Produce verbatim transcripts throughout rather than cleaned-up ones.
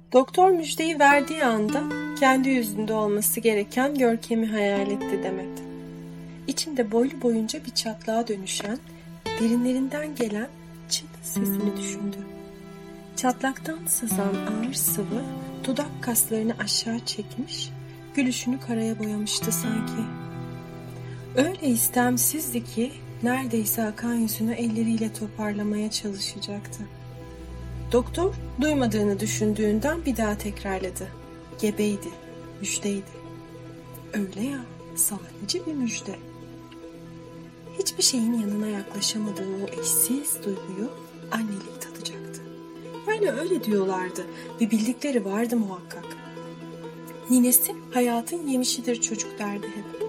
Doktor müjdeyi verdiği anda kendi yüzünde olması gereken görkemi hayal etti Demet. İçinde boylu boyunca bir çatlağa dönüşen, derinlerinden gelen çıt sesini düşündü. Çatlaktan sızan ağır sıvı dudak kaslarını aşağı çekmiş, gülüşünü karaya boyamıştı sanki. Öyle istemsizdi ki neredeyse akan yüzünü elleriyle toparlamaya çalışacaktı. Doktor duymadığını düşündüğünden bir daha tekrarladı. Gebeydi, müjdeydi. Öyle ya, sahici bir müjde. Hiçbir şeyin yanına yaklaşamadığı o eşsiz duyguyu annelik tadacaktı. Yani öyle diyorlardı. Bir bildikleri vardı muhakkak. Ninesi hayatın yemişidir çocuk derdi hep.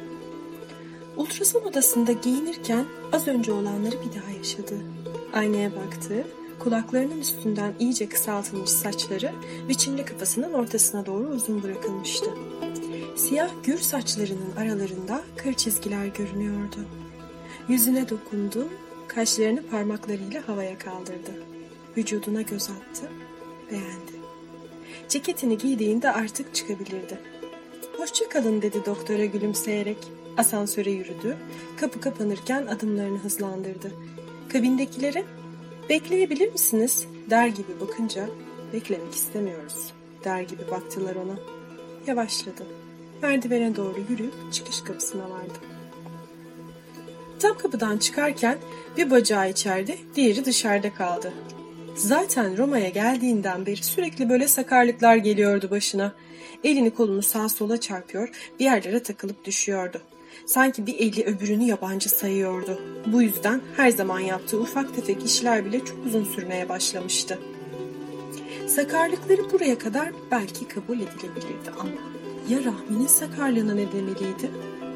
Ultrason odasında giyinirken az önce olanları bir daha yaşadı. Aynaya baktı. Kulaklarının üstünden iyice kısaltılmış saçları biçimli kafasının ortasına doğru uzun bırakılmıştı. Siyah gür saçlarının aralarında kır çizgiler görünüyordu. Yüzüne dokundu, kaşlarını parmaklarıyla havaya kaldırdı. Vücuduna göz attı, beğendi. Ceketini giydiğinde artık çıkabilirdi. "Hoşça kalın," dedi doktora gülümseyerek. Asansöre yürüdü. Kapı kapanırken adımlarını hızlandırdı. Kabindekilere "Bekleyebilir misiniz?" der gibi bakınca "Beklemek istemiyoruz," der gibi baktılar ona. Yavaşladı. Merdivene doğru yürüyüp çıkış kapısına vardı. Tam kapıdan çıkarken bir bacağı içeride, diğeri dışarıda kaldı. Zaten Roma'ya geldiğinden beri sürekli böyle sakarlıklar geliyordu başına. Elini kolunu sağa sola çarpıyor, bir yerlere takılıp düşüyordu. Sanki bir eli öbürünü yabancı sayıyordu. Bu yüzden her zaman yaptığı ufak tefek işler bile çok uzun sürmeye başlamıştı. Sakarlıkları buraya kadar belki kabul edilebilirdi ama ya Rahmi'nin sakarlığına ne demeliydi?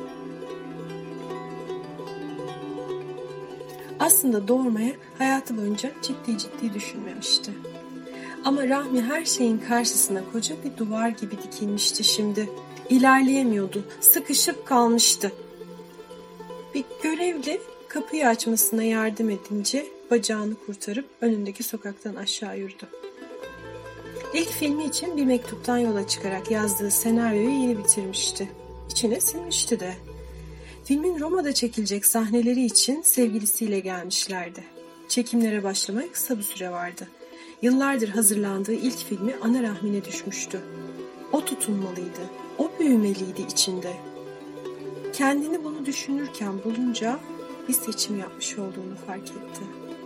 Aslında doğurmaya hayatı boyunca ciddi ciddi düşünmemişti. Ama Rahmi her şeyin karşısına koca bir duvar gibi dikilmişti şimdi. İlerleyemiyordu, sıkışıp kalmıştı. Bir görevli kapıyı açmasına yardım edince bacağını kurtarıp önündeki sokaktan aşağı yürüdü. İlk filmi için bir mektuptan yola çıkarak yazdığı senaryoyu yeni bitirmişti. İçine sinmişti de. Filmin Roma'da çekilecek sahneleri için sevgilisiyle gelmişlerdi. Çekimlere başlamaya kısa bir süre vardı. Yıllardır hazırlandığı ilk filmi ana rahmine düşmüştü. O tutunmalıydı, o büyümeliydi içinde. Kendini bunu düşünürken bulunca bir seçim yapmış olduğunu fark etti.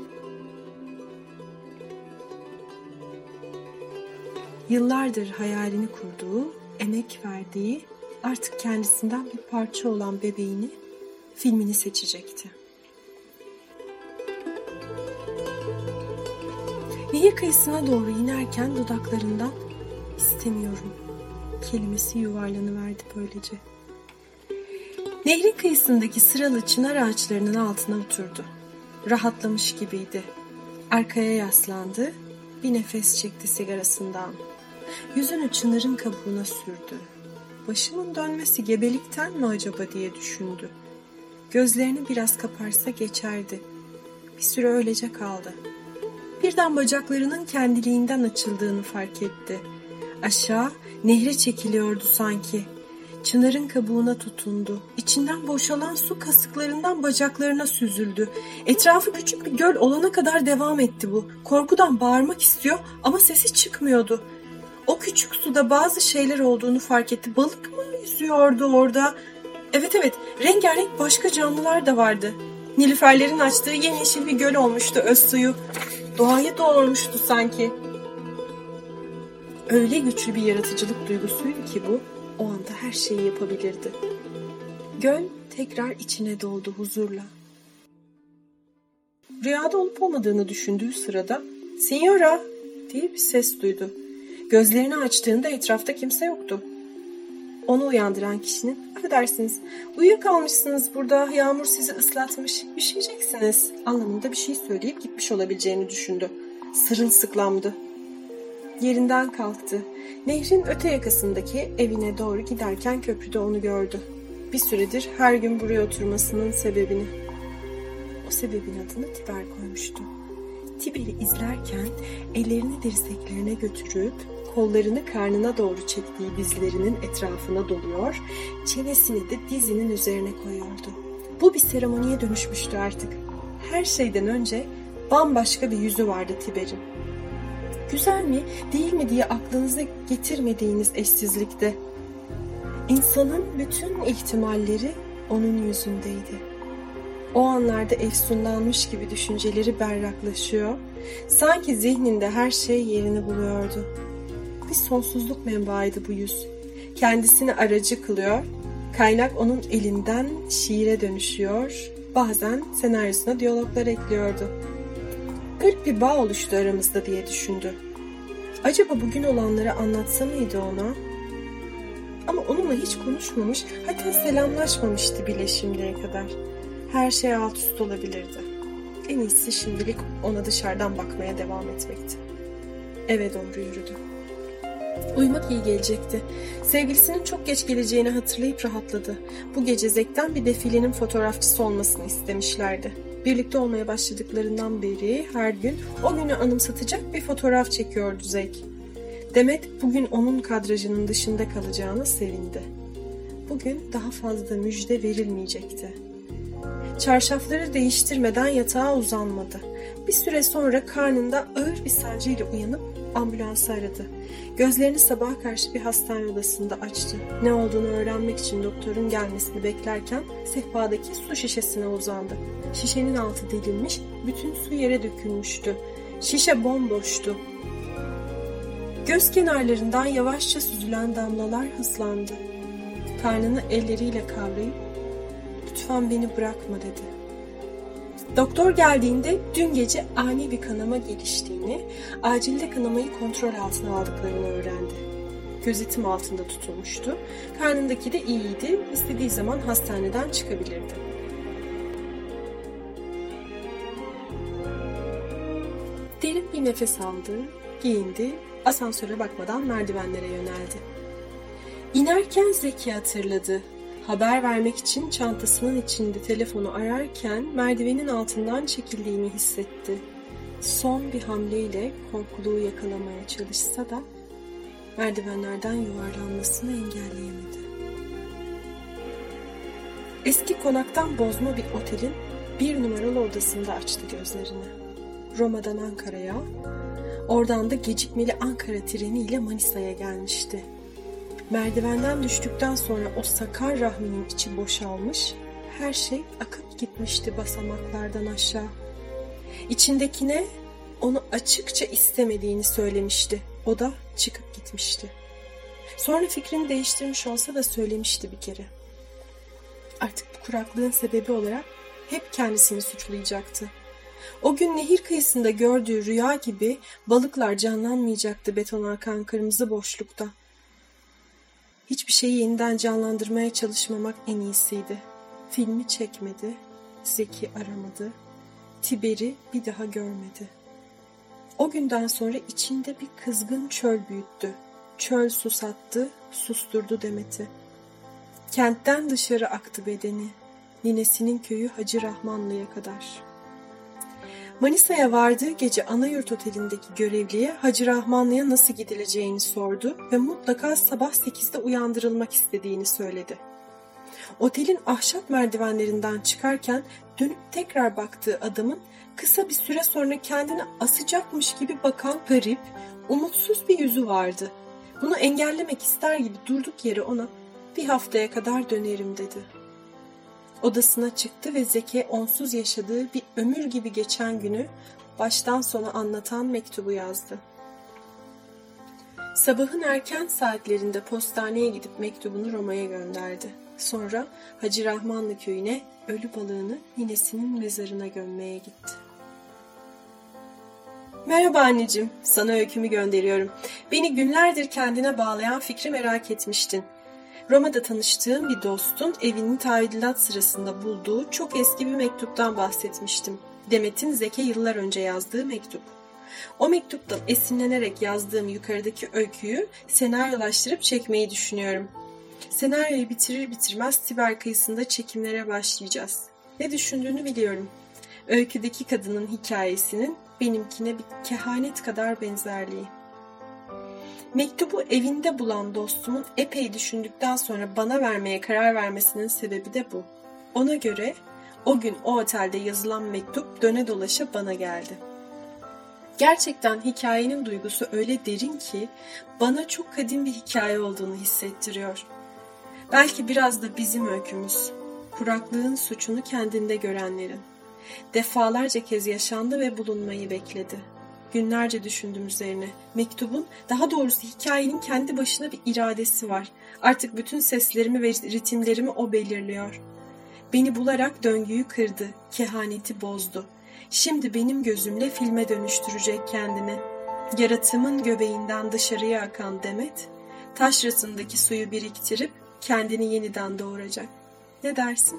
Yıllardır hayalini kurduğu, emek verdiği, artık kendisinden bir parça olan bebeğini, filmini seçecekti. Nehir kıyısına doğru inerken dudaklarından "İstemiyorum" kelimesi yuvarlanıverdi böylece. Nehrin kıyısındaki sıralı çınar ağaçlarının altına oturdu. Rahatlamış gibiydi. Arkaya yaslandı, bir nefes çekti sigarasından. Yüzünü çınarın kabuğuna sürdü. Başımın dönmesi gebelikten mi acaba diye düşündü. Gözlerini biraz kaparsa geçerdi. Bir süre öylece kaldı. Birden bacaklarının kendiliğinden açıldığını fark etti. Aşağı nehre çekiliyordu sanki. Çınarın kabuğuna tutundu. İçinden boşalan su kasıklarından bacaklarına süzüldü. Etrafı küçük bir göl olana kadar devam etti bu. Korkudan bağırmak istiyor ama sesi çıkmıyordu. O küçük suda bazı şeyler olduğunu fark etti. Balık mı yüzüyordu orada? Evet evet, rengarenk başka canlılar da vardı. Nilüferlerin açtığı yemyeşil bir göl olmuştu öz suyu. Doğaya doğurmuştu sanki. Öyle güçlü bir yaratıcılık duygusuydu ki bu, o anda her şeyi yapabilirdi. Göl tekrar içine doldu huzurla. Rüyada olup olmadığını düşündüğü sırada "Signora!" diye bir ses duydu. Gözlerini açtığında etrafta kimse yoktu. Onu uyandıran kişinin "Affedersiniz, uyuyakalmışsınız burada, yağmur sizi ıslatmış, üşüyeceksiniz" anlamında bir şey söyleyip gitmiş olabileceğini düşündü. Sırılsıklamdı. Yerinden kalktı. Nehrin öte yakasındaki evine doğru giderken köprüde onu gördü. Bir süredir her gün buraya oturmasının sebebini. O sebebin adını Tiber koymuştu. Tiber'i izlerken ellerini dirseklerine götürüp kollarını karnına doğru çektiği dizlerinin etrafına doluyor, çenesini de dizinin üzerine koyuyordu. Bu bir seremoniye dönüşmüştü artık. Her şeyden önce bambaşka bir yüzü vardı Tiber'in. Güzel mi, değil mi diye aklınıza getirmediğiniz eşsizlikte. İnsanın bütün ihtimalleri onun yüzündeydi. O anlarda efsunlanmış gibi düşünceleri berraklaşıyor, sanki zihninde her şey yerini buluyordu. Bir sonsuzluk menbaıydı bu yüz. Kendisini aracı kılıyor, kaynak onun elinden şiire dönüşüyor, bazen senaryosuna diyaloglar ekliyordu. Garip bir bağ oluştu aramızda diye düşündü. Acaba bugün olanları anlatsa mıydı ona? Ama onunla hiç konuşmamış, hatta selamlaşmamıştı bile şimdiye kadar. Her şey alt üst olabilirdi. En iyisi şimdilik ona dışarıdan bakmaya devam etmekti. Eve doğru yürüdü. Uyumak iyi gelecekti. Sevgilisinin çok geç geleceğini hatırlayıp rahatladı. Bu gece Zek'ten bir defilenin fotoğrafçısı olmasını istemişlerdi. Birlikte olmaya başladıklarından beri her gün o günü anımsatacak bir fotoğraf çekiyordu Zek. Demet bugün onun kadrajının dışında kalacağına sevindi. Bugün daha fazla müjde verilmeyecekti. Çarşafları değiştirmeden yatağa uzanmadı. Bir süre sonra karnında ağır bir sancıyla uyanıp ambulansı aradı. Gözlerini sabaha karşı bir hastane odasında açtı. Ne olduğunu öğrenmek için doktorun gelmesini beklerken sehpadaki su şişesine uzandı. Şişenin altı delinmiş, bütün su yere dökülmüştü. Şişe bomboştu. Göz kenarlarından yavaşça süzülen damlalar hızlandı. Karnını elleriyle kavrayıp "Lütfen beni bırakma" dedi. Doktor geldiğinde dün gece ani bir kanama geliştiğini, acilde kanamayı kontrol altına aldıklarını öğrendi. Gözetim altında tutulmuştu. Karnındaki de iyiydi, istediği zaman hastaneden çıkabilirdi. Derin bir nefes aldı, giyindi, asansöre bakmadan merdivenlere yöneldi. İnerken Zek'i hatırladı. Haber vermek için çantasının içinde telefonu ararken merdivenin altından çekildiğini hissetti. Son bir hamleyle korkuluğu yakalamaya çalışsa da merdivenlerden yuvarlanmasını engelleyemedi. Eski konaktan bozma bir otelin bir numaralı odasında açtı gözlerini. Roma'dan Ankara'ya, oradan da gecikmeli Ankara treniyle Manisa'ya gelmişti. Merdivenden düştükten sonra o sakar rahminin içi boşalmış, her şey akıp gitmişti basamaklardan aşağı. İçindekine onu açıkça istemediğini söylemişti. O da çıkıp gitmişti. Sonra fikrini değiştirmiş olsa da söylemişti bir kere. Artık bu kuraklığın sebebi olarak hep kendisini suçlayacaktı. O gün nehir kıyısında gördüğü rüya gibi balıklar canlanmayacaktı beton akan kırmızı boşlukta. Hiçbir şeyi yeniden canlandırmaya çalışmamak en iyisiydi. Filmi çekmedi, Zek'i aramadı, Tiber'i bir daha görmedi. O günden sonra içinde bir kızgın çöl büyüttü. Çöl susattı, susturdu Demet'i. Kentten dışarı aktı bedeni, ninesinin köyü Hacı Rahmanlı'ya kadar. Manisa'ya vardığı gece Anayurt Oteli'ndeki görevliye Hacı Rahmanlı'ya nasıl gidileceğini sordu ve mutlaka sabah sekizde uyandırılmak istediğini söyledi. Otelin ahşap merdivenlerinden çıkarken dönüp tekrar baktığı adamın kısa bir süre sonra kendini asacakmış gibi bakan garip, umutsuz bir yüzü vardı. Bunu engellemek ister gibi durduk yere ona "Bir haftaya kadar dönerim" dedi. Odasına çıktı ve Zek'e onsuz yaşadığı bir ömür gibi geçen günü baştan sona anlatan mektubu yazdı. Sabahın erken saatlerinde postaneye gidip mektubunu Roma'ya gönderdi. Sonra Hacı Rahmanlı köyüne ölü balığını ninesinin mezarına gömmeye gitti. Merhaba anneciğim, sana öykümü gönderiyorum. Beni günlerdir kendine bağlayan fikri merak etmiştin. Roma'da tanıştığım bir dostun evinin tadilat sırasında bulduğu çok eski bir mektuptan bahsetmiştim. Demet'in Zek'e yıllar önce yazdığı mektup. O mektuptan esinlenerek yazdığım yukarıdaki öyküyü senaryolaştırıp çekmeyi düşünüyorum. Senaryoyu bitirir bitirmez Tiber kıyısında çekimlere başlayacağız. Ne düşündüğünü biliyorum. Öyküdeki kadının hikayesinin benimkine bir kehanet kadar benzerliği. Mektubu evinde bulan dostumun epey düşündükten sonra bana vermeye karar vermesinin sebebi de bu. Ona göre o gün o otelde yazılan mektup döne dolaşa bana geldi. Gerçekten hikayenin duygusu öyle derin ki bana çok kadim bir hikaye olduğunu hissettiriyor. Belki biraz da bizim öykümüz, kuraklığın suçunu kendinde görenlerin. Defalarca kez yaşandı ve bulunmayı bekledi. Günlerce düşündüm üzerine. Mektubun, daha doğrusu hikayenin kendi başına bir iradesi var. Artık bütün seslerimi ve ritimlerimi o belirliyor. Beni bularak döngüyü kırdı, kehaneti bozdu. Şimdi benim gözümle filme dönüştürecek kendini. Yaratımın göbeğinden dışarıya akan Demet, taşrasındaki suyu biriktirip kendini yeniden doğuracak. Ne dersin?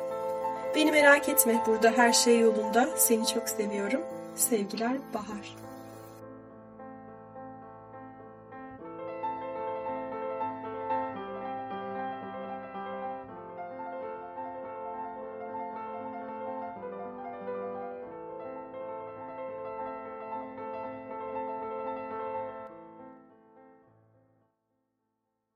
Beni merak etme, burada her şey yolunda. Seni çok seviyorum. Sevgiler, Bahar.